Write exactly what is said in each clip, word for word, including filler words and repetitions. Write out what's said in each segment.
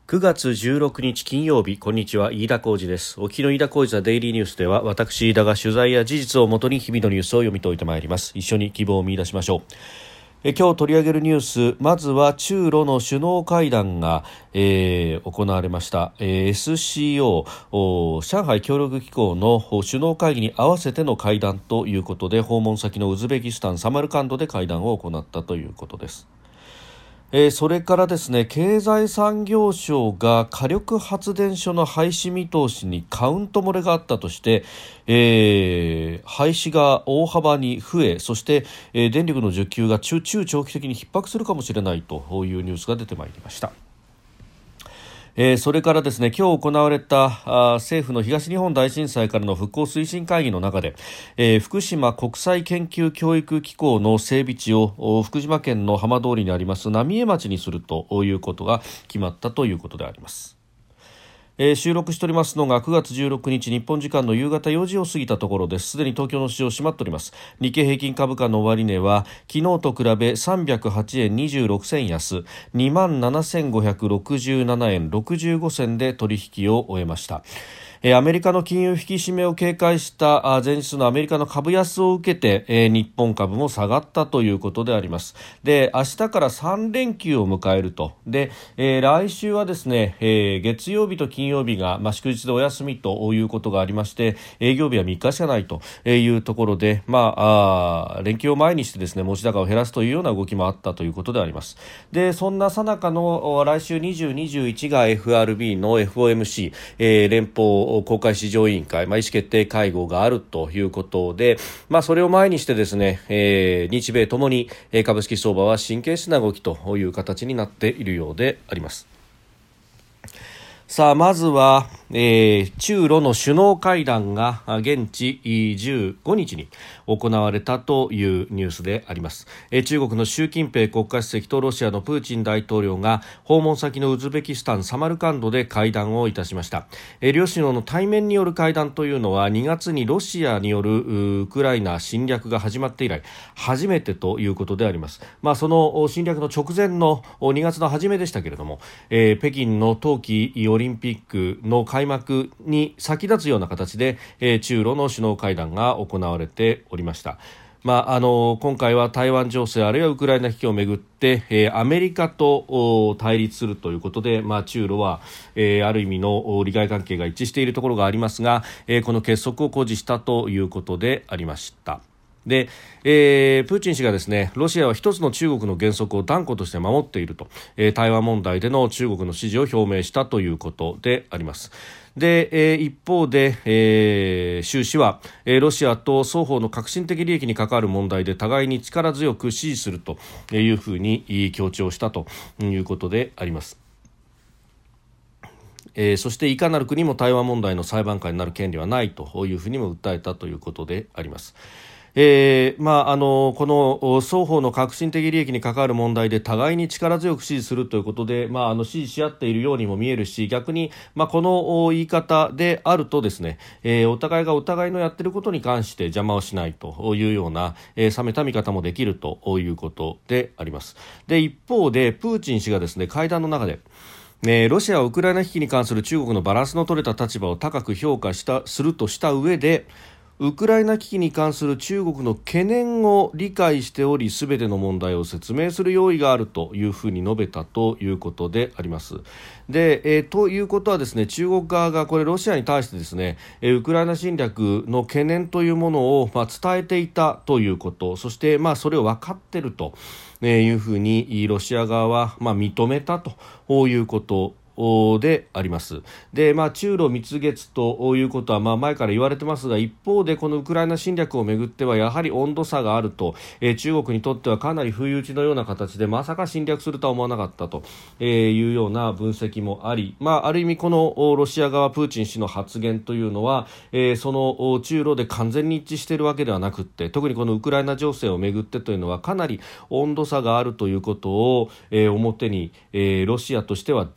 くがつじゅうろくにち金曜日、こんにちは、飯田浩司です。お聞きの飯田浩司ザデイリーニュースでは、私飯田が取材や事実をもとに日々のニュースを読み解いてまいります。一緒に希望を見出しましょう。え今日取り上げるニュース、まずは中ロの首脳会談が、えー、行われました、えー、エスシーオー 上海協力機構の首脳会議に合わせての会談ということで、訪問先のウズベキスタンサマルカンドで会談を行ったということです。えー、それからですね、経済産業省が火力発電所の廃止見通しにカウント漏れがあったとして、えー、廃止が大幅に増え、そして、えー、電力の需給が中、中長期的に逼迫するかもしれないというニュースが出てまいりました。えー、それからですね、今日行われたあ政府の東日本大震災からの復興推進会議の中で、えー、福島国際研究教育機構の整備地を福島県の浜通りにあります浪江町にするということが決まったということであります。えー、収録しておりますのがくがつじゅうろくにち日本時間の夕方よじを過ぎたところです。すでに東京の市場閉まっております。日経平均株価の終値は昨日と比べさんびゃくはちえんにじゅうろくせん安 にまんななせんごひゃくろくじゅうななえんろくじゅうごせんで取引を終えました。アメリカの金融引き締めを警戒した前日のアメリカの株安を受けて日本株も下がったということであります。で、明日からさんれんきゅうを迎えると。で、えー、来週はですね、えー、月曜日と金曜日が、まあ、祝日でお休みということがありまして、営業日はみっかしかないというところで、まあ、あ連休を前にしてですね、持ち高を減らすというような動きもあったということであります。で、そんな最中の来週にじゅう、にじゅういちが エフアールビー の エフオーエムシー、えー、連邦公開市場委員会、まあ、意思決定会合があるということで、まあ、それを前にしてですね、えー、日米ともに株式相場は神経質な動きという形になっているようであります。さあ、まずは、えー、中ロの首脳会談が現地じゅうごにちに行われたというニュースであります。えー、中国の習近平国家主席とロシアのプーチン大統領が訪問先のウズベキスタンサマルカンドで会談をいたしました。えー、両首脳の対面による会談というのはにがつにロシアによるウクライナ侵略が始まって以来初めてということであります。まあ、その侵略の直前のにがつの初めでしたけれども、えー、北京の冬季オリンピックの開幕に先立つような形で、えー、中ロの首脳会談が行われておりました。まあ、あの今回は台湾情勢あるいはウクライナ危機をめぐって、えー、アメリカと対立するということで、まあ、中ロは、えー、ある意味の利害関係が一致しているところがありますが、えー、この結束を誇示したということでありました。で、えー、プーチン氏がですね、ロシアは一つの中国の原則を断固として守っていると、えー、台湾問題での中国の支持を表明したということであります。で、えー、一方で、えー、習氏は、えー、ロシアと双方の革新的利益に関わる問題で互いに力強く支持するというふうに強調したということであります。えー、そしていかなる国も台湾問題の裁判官になる権利はないというふうにも訴えたということであります。えーまあ、あのこの双方の革新的利益に関わる問題で互いに力強く支持するということで、まあ、あの支持し合っているようにも見えるし、逆に、まあ、この言い方であるとですね、えー、お互いがお互いのやっていることに関して邪魔をしないというような、えー、冷めた見方もできるということであります。で、一方でプーチン氏がですね、会談の中でえー、ロシアはウクライナ危機に関する中国のバランスの取れた立場を高く評価したするとした上で、ウクライナ危機に関する中国の懸念を理解しており、すべての問題を説明する用意があるというふうに述べたということであります。で、えー、ということはですね、中国側がこれロシアに対してですね、えー、ウクライナ侵略の懸念というものを、まあ、伝えていたということ、そして、まあ、それを分かっているというふうにロシア側は、まあ、認めたということであります。で、まあ、中ロ蜜月ということは、まあ、前から言われてますが、一方でこのウクライナ侵略をめぐってはやはり温度差があると、えー、中国にとってはかなり不意打ちのような形で、まさか侵略するとは思わなかったというような分析もあり、まあ、ある意味このロシア側プーチン氏の発言というのは、えー、その中ロで完全に一致しているわけではなくって、特にこのウクライナ情勢をめぐってというのはかなり温度差があるということを、えー、表に、えー、ロシアとしては出さざ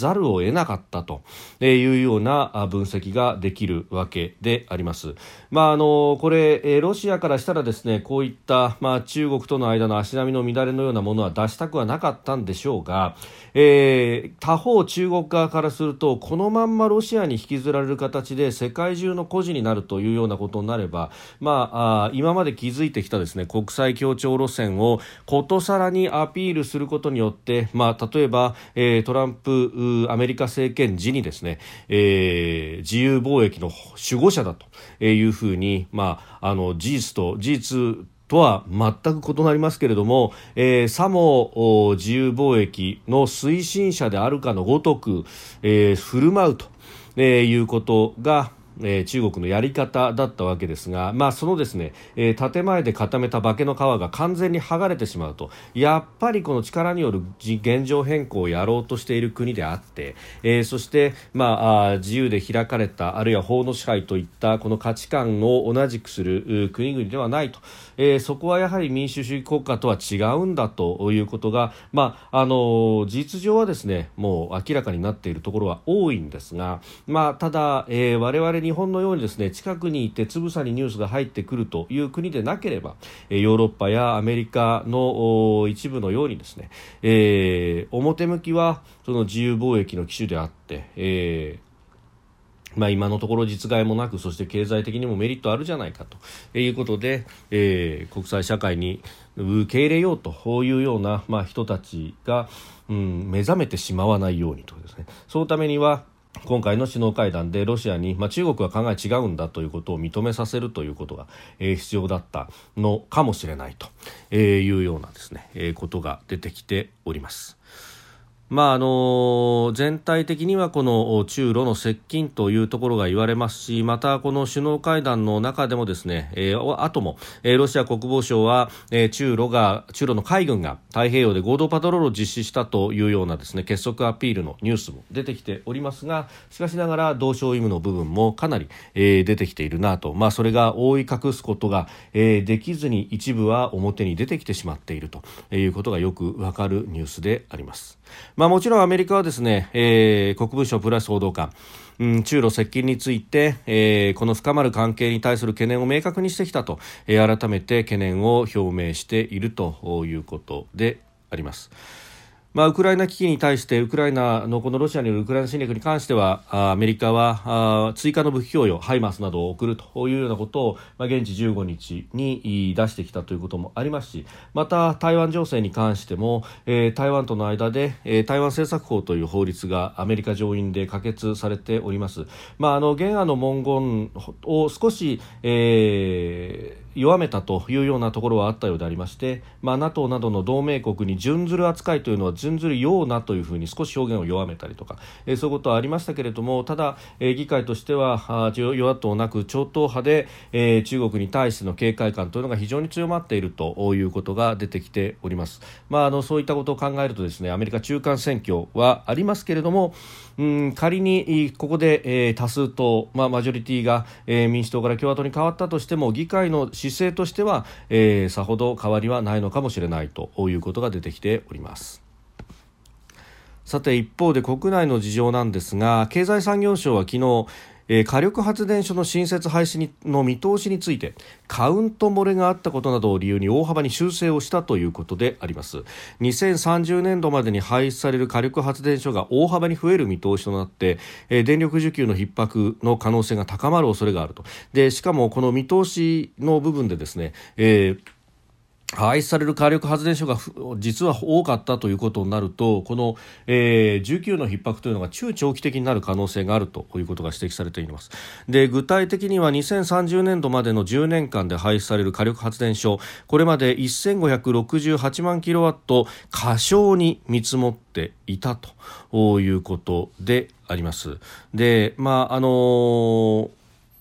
ざるを得なかったというような分析ができるわけであります。まあ、あのこれロシアからしたらですね、こういった、まあ、中国との間の足並みの乱れのようなものは出したくはなかったんでしょうが、えー、他方中国側からするとこのまんまロシアに引きずられる形で世界中の孤児になるというようなことになれば、まあ、あ今まで築いてきたですね国際協調路線をことさらにアピールすることによって、まあ、例えば、えー、トランプアメリカ政権時にですね、えー、自由貿易の守護者だというふうに、まあ、あの事実と事実とは全く異なりますけれども、えー、さも自由貿易の推進者であるかのごとく、えー、振る舞うと、えー、いうことがえー、中国のやり方だったわけですが、まあ、そのですね、えー、建前で固めた化けの皮が完全に剥がれてしまうと、やっぱりこの力による現状変更をやろうとしている国であって、えー、そして、まあ、あ自由で開かれたあるいは法の支配といったこの価値観を同じくする国々ではないと、えー、そこはやはり民主主義国家とは違うんだということが、まあ、あの事実上はですねもう明らかになっているところは多いんですが、まあ、ただ、えー、我々日本のようにですね近くにいてつぶさにニュースが入ってくるという国でなければ、ヨーロッパやアメリカの一部のようにですね、えー、表向きはその自由貿易の基準であって、えーまあ、今のところ実害もなく、そして経済的にもメリットあるじゃないかということで、えー、国際社会に受け入れようというような、まあ、人たちが、うん、目覚めてしまわないようにとですね、そのためには今回の首脳会談でロシアに、まあ、中国は考え違うんだということを認めさせるということが、えー、必要だったのかもしれないというようなですね、えー、ことが出てきております。まああの全体的にはこの中ロの接近というところが言われますし、またこの首脳会談の中でもですね、えー、後も、えー、ロシア国防省は、えー、中ロが中ロの海軍が太平洋で合同パトロールを実施したというようなですね結束アピールのニュースも出てきておりますが、しかしながら同床異夢の部分もかなり、えー、出てきているなと、まあ、それが覆い隠すことが、えー、できずに一部は表に出てきてしまっているということがよくわかるニュースであります。まあ、もちろんアメリカはですね、えー、国務省プラス報道官、うん、中ロ接近について、えー、この深まる関係に対する懸念を明確にしてきたと、えー、改めて懸念を表明しているということであります。まあ、ウクライナ危機に対してウクライナのこのロシアによるウクライナ侵略に関してはアメリカは追加の武器供与ハイマースなどを送るというようなことを、まあ、現地じゅうごにちに出してきたということもありますし、また台湾情勢に関しても、えー、台湾との間で、えー、台湾政策法という法律がアメリカ上院で可決されております。まあ、あの原案の文言を少し、えー弱めたというようなところはあったようでありまして、まあ、NATO などの同盟国に準ずる扱いというのは準ずるようなというふうに少し表現を弱めたりとか、えー、そういうことはありましたけれども、ただ、えー、議会としては与野党なく超党派で、えー、中国に対しての警戒感というのが非常に強まっているということが出てきております。まあ、あのそういったことを考えるとですね、アメリカ中間選挙はありますけれども、うん、仮にここで、えー、多数党、まあ、マジョリティが、えー、民主党から共和党に変わったとしても、議会の姿勢としては、えー、さほど変わりはないのかもしれないということが出てきております。さて一方で国内の事情なんですが、経済産業省は昨日えー、火力発電所の新設廃止にの見通しについてカウント漏れがあったことなどを理由に大幅に修正をしたということであります。にせんさんじゅうねんどまでに廃止される火力発電所が大幅に増える見通しとなって、えー、電力需給の逼迫の可能性が高まる恐れがあると。でしかもこの見通しの部分でですね、えー廃止される火力発電所が実は多かったということになると、この、えー、需給の逼迫というのが中長期的になる可能性があるということが指摘されています。で具体的にはにせんさんじゅうねんどまでのじゅうねんかんで廃止される火力発電所、これまでせんごひゃくろくじゅうはちまんキロワット過小に見積もっていたということであります。で、まああのー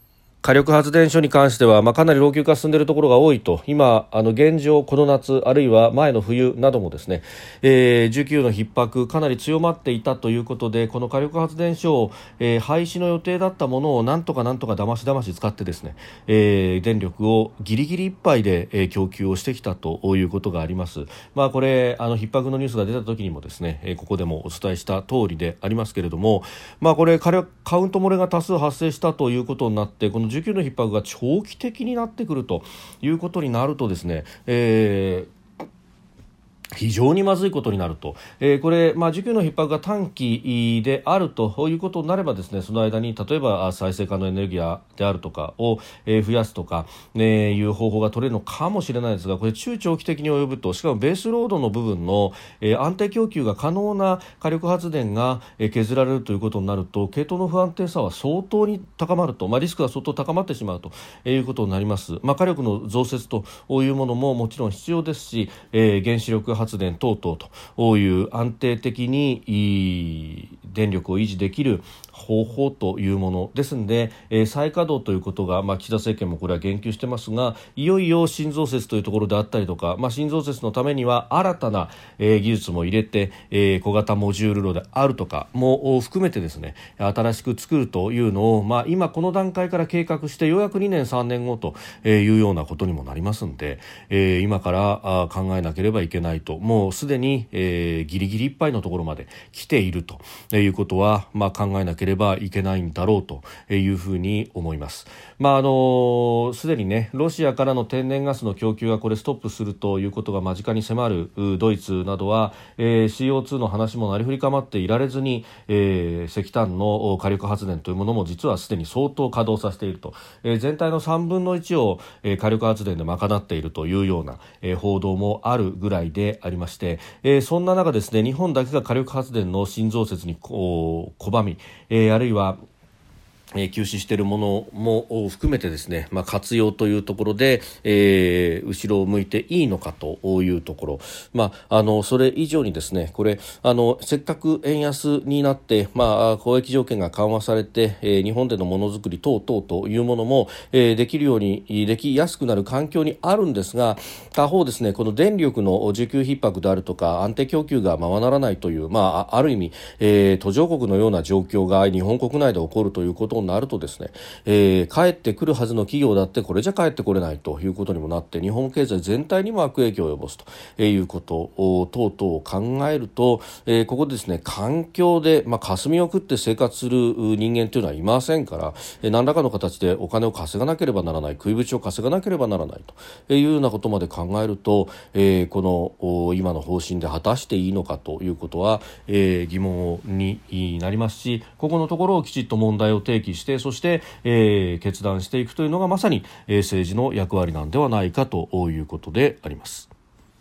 火力発電所に関しては、まあ、かなり老朽化進んでいるところが多いと。今あの現状この夏あるいは前の冬などもですね、えー、需給の逼迫かなり強まっていたということで、この火力発電所を、えー、廃止の予定だったものをなんとかなんとかだましだまし使ってですね、えー、電力をギリギリいっぱいで、えー、供給をしてきたということがあります。まあ、これあの逼迫のニュースが出た時にもですね、えー、ここでもお伝えした通りでありますけれども、まあ、これカウント漏れが多数発生したということになって、この需給の逼迫が長期的になってくるということになるとですね、えー非常にまずいことになると、えー、これ、まあ、需給の逼迫が短期であるということになればですね、その間に例えば再生可能エネルギーであるとかを、えー、増やすとか、ね、いう方法が取れるのかもしれないですが、これ中長期的に及ぶと、しかもベースロードの部分の、えー、安定供給が可能な火力発電が、えー、削られるということになると、系統の不安定さは相当に高まると、まあ、リスクが相当高まってしまうということになります。まあ、火力の増設というものももちろん必要ですし、えー、原子力発電等々という安定的に電力を維持できる方法というものですので、えー、再稼働ということが、まあ、岸田政権もこれは言及してますが、いよいよ新増設というところであったりとか、まあ、新増設のためには新たな、えー、技術も入れて、えー、小型モジュール炉であるとかも含めてですね、新しく作るというのを、まあ、今この段階から計画してようやくにねんさんねんごというようなことにもなりますので、えー、今から考えなければいけないと、もうすでに、えー、ギリギリいっぱいのところまで来ているということは、まあ、考えなければいけないんだろうというふうに思います。まあ、あのすでにね、ロシアからの天然ガスの供給がこれストップするということが間近に迫るドイツなどは、えー、シーオーツー の話もなりふり構っていられずに、えー、石炭の火力発電というものも実はすでに相当稼働させていると、えー、全体のさんぶんのいちを、えー、火力発電で賄っているというような、えー、報道もあるぐらいでありまして、えー、そんな中ですね、日本だけが火力発電の新増設にこう拒み、えー、あるいはえー、休止しているものも含めてですね、まあ、活用というところで、えー、後ろを向いていいのかというところ、まあ、あのそれ以上にですね、これあのせっかく円安になって、まあ、交易条件が緩和されて、えー、日本でのものづくり等々というものも、えー、できるようにできやすくなる環境にあるんですが、他方ですね、この電力の需給逼迫であるとか安定供給がままならないという、まあ、ある意味、えー、途上国のような状況が日本国内で起こるということなるとですね、えー、帰ってくるはずの企業だってこれじゃ帰ってこれないということにもなって、日本経済全体にも悪影響を及ぼすということを等々を考えると、えー、ここでですね、環境で、まあ、霞を食って生活する人間というのはいませんから、えー、何らかの形でお金を稼がなければならない、食いぶちを稼がなければならないというようなことまで考えると、えー、この今の方針で果たしていいのかということは、えー、疑問になりますし、ここのところをきちっと問題を提起して、そして、えー、決断していくというのがまさに、えー、政治の役割なんではないかということであります。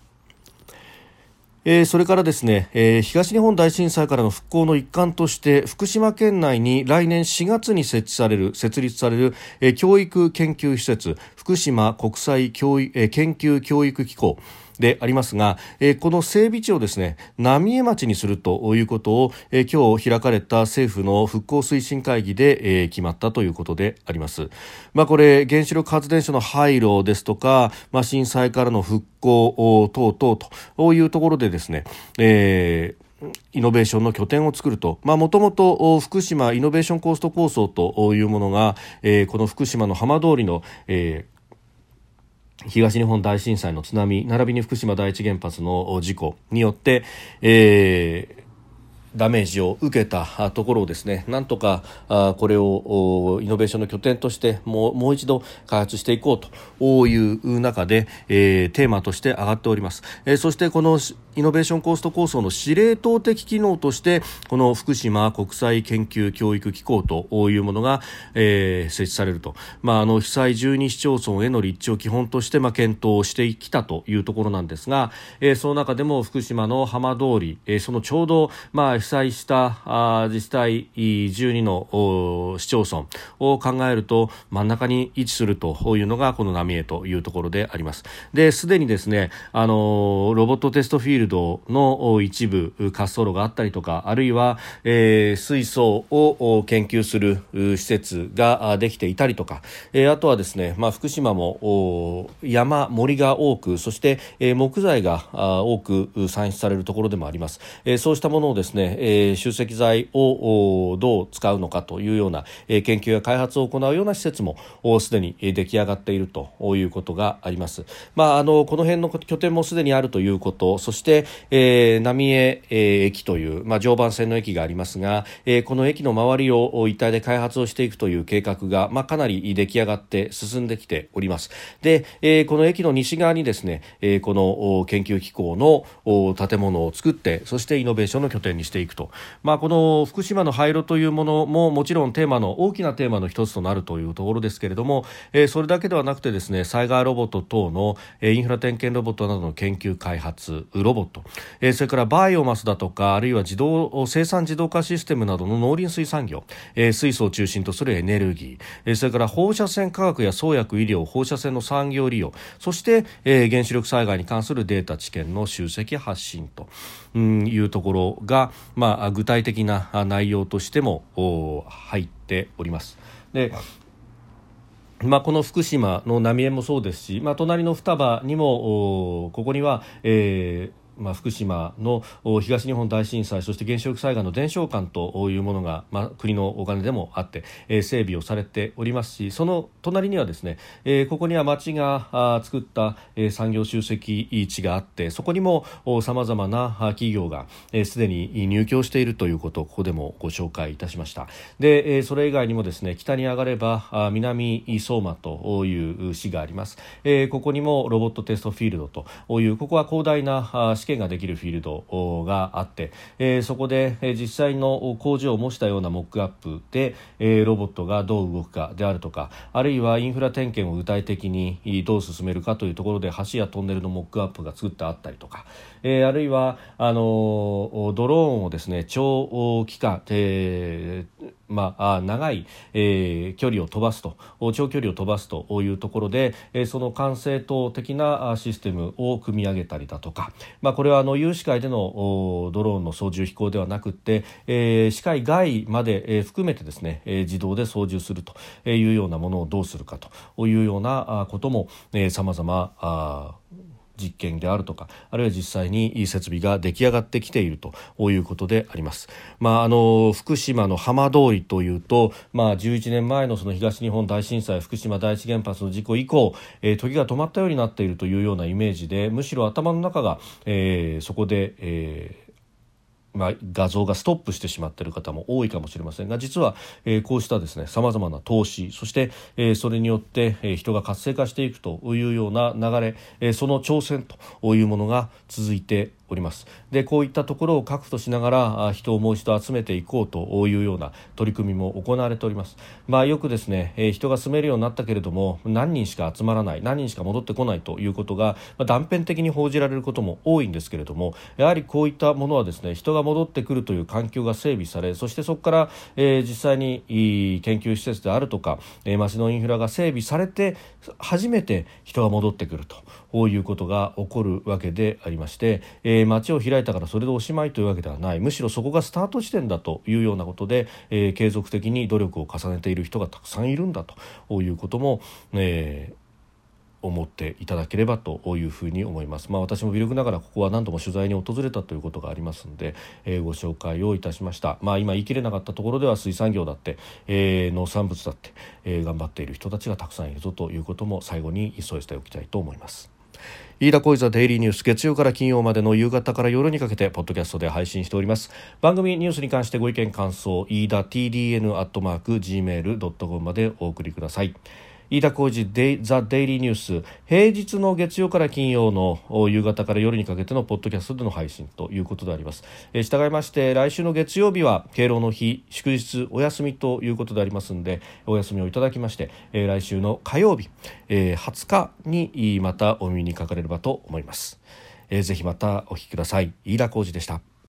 えー、それからですね、えー、東日本大震災からの復興の一環として福島県内に来年しがつに設置される設立される、えー、教育研究施設福島国際教育、えー、研究教育機構でありますが、えー、この整備地をですね、浪江町にするということを、えー、今日開かれた政府の復興推進会議で、えー、決まったということであります。まあ、これ原子力発電所の廃炉ですとか、まあ、震災からの復興等々というところでですね、えーイノベーションの拠点を作ると、もともと福島イノベーションコースト構想というものが、えー、この福島の浜通りの、えー東日本大震災の津波並びに福島第一原発の事故によって、えーダメージを受けたところをですね、なんとかこれをイノベーションの拠点としてもう、もう一度開発していこうという中で、えー、テーマとして上がっております。えー、そしてこのイノベーションコースト構想の司令塔的機能としてこの福島国際研究教育機構というものが、えー、設置されると、まあ、あの被災じゅうに市町村への立地を基本として、まあ、検討してきたというところなんですが、えー、その中でも福島の浜通り、えー、そのちょうど、まあ被災したあ自治体じゅうにの市町村を考えると真ん中に位置するというのがこの浪江というところであります。で、すでにですね、あのロボットテストフィールドの一部滑走路があったりとか、あるいは、えー、水素を研究する施設ができていたりとか、えー、あとはですね、まあ、福島も山森が多く、そして、えー、木材が多く産出されるところでもあります。えー、そうしたものをですね、えー、集積材をどう使うのかというような、えー、研究や開発を行うような施設もすでに出来上がっているということがあります。まあ、あのこの辺の拠点もすでにあるということ、そして、えー、浪江、えー、駅という、まあ、常磐線の駅がありますが、えー、この駅の周りを一体で開発をしていくという計画が、まあ、かなり出来上がって進んできております。で、えー、この駅の西側にですね、えー、この研究機構の建物を作って、そしてイノベーションの拠点にしていくと、まあ、この福島の廃炉というものももちろんテーマの大きなテーマの一つとなるというところですけれども、えー、それだけではなくてですね、災害ロボット等の、えー、インフラ点検ロボットなどの研究開発ロボット、えー、それからバイオマスだとか、あるいは自動生産自動化システムなどの農林水産業、えー、水素を中心とするエネルギー、えー、それから放射線科学や創薬医療、放射線の産業利用、そして、えー、原子力災害に関するデータ知見の集積発信というところが、まあ、具体的な内容としても入っております。で、まあ、この福島の浪江もそうですし、まあ、隣の双葉にもここには、えーまあ、福島の東日本大震災、そして原子力災害の伝承館というものが、まあ、国のお金でもあって、えー、整備をされておりますし、その隣にはですね、えー、ここには町が作った、えー、産業集積地があって、そこにもさまざまな企業がすで、えー、に入居しているということをここでもご紹介いたしました。で、えー、それ以外にもですね、北に上がれば南相馬という市があります。えー、ここにもロボットテストフィールドという、ここは広大な試験ができるフィールドがあって、えー、そこで、えー、実際の工場を模したようなモックアップで、えー、ロボットがどう動くかであるとか、あるいはインフラ点検を具体的にどう進めるかというところで橋やトンネルのモックアップが作ってあったりとか、えー、あるいはあのー、ドローンをですね、長期間、えーまあ、長い、えー、距離を飛ばすと、長距離を飛ばすというところで、えー、その管制塔的なシステムを組み上げたりだとか、まあ、これはあの有視界でのドローンの操縦飛行ではなくて、えー、視界外まで、えー、含めてですね、えー、自動で操縦するというようなものをどうするかというようなことも、えー、様々実験であるとか、あるいは実際に設備が出来上がってきているということであります。まあ、あの福島の浜通りというと、まあ、じゅういちねんまえのその東日本大震災、福島第一原発の事故以降、えー、時が止まったようになっているというようなイメージで、むしろ頭の中が、えー、そこで、えーまあ、画像がストップしてしまっている方も多いかもしれませんが、実は、えー、こうしたですね、様々な投資、そして、えー、それによって、えー、人が活性化していくというような流れ、えー、その挑戦というものが続いております。で、こういったところを核としながら人をもう一度集めていこうというような取り組みも行われております。まあ、よくですね、えー、人が住めるようになったけれども何人しか集まらない、何人しか戻ってこないということが、まあ、断片的に報じられることも多いんですけれども、やはりこういったものはですね、人が戻ってくるという環境が整備され、そしてそこから、えー、実際に研究施設であるとか、えー、町のインフラが整備されて初めて人が戻ってくるということが起こるわけでありまして、えー、町を開いたからそれでおしまいというわけではない、むしろそこがスタート地点だというようなことで、えー、継続的に努力を重ねている人がたくさんいるんだということも、えー思っていただければというふうに思います。まあ、私も微力ながらここは何度も取材に訪れたということがありますので、えー、ご紹介をいたしました。まあ、今言い切れなかったところでは水産業だって、えー、農産物だって、えー、頑張っている人たちがたくさんいるぞということも最後に添えておきたいと思います。飯田浩司ザデイリーニュース、月曜から金曜までの夕方から夜にかけてポッドキャストで配信しております。番組ニュースに関してご意見感想、飯田 ティーディーエヌ アットマーク ジーメール ドットコム までお送りください。飯田浩司ザ・デイリーニュース、平日の月曜から金曜の夕方から夜にかけてのポッドキャストでの配信ということであります。えー、従いまして来週の月曜日は敬老の日、祝日お休みということでありますので、お休みをいただきまして、えー、来週の火曜日、えー、はつかにまたお耳にかかれればと思います。えー、ぜひまたお聞きください。飯田浩司でした。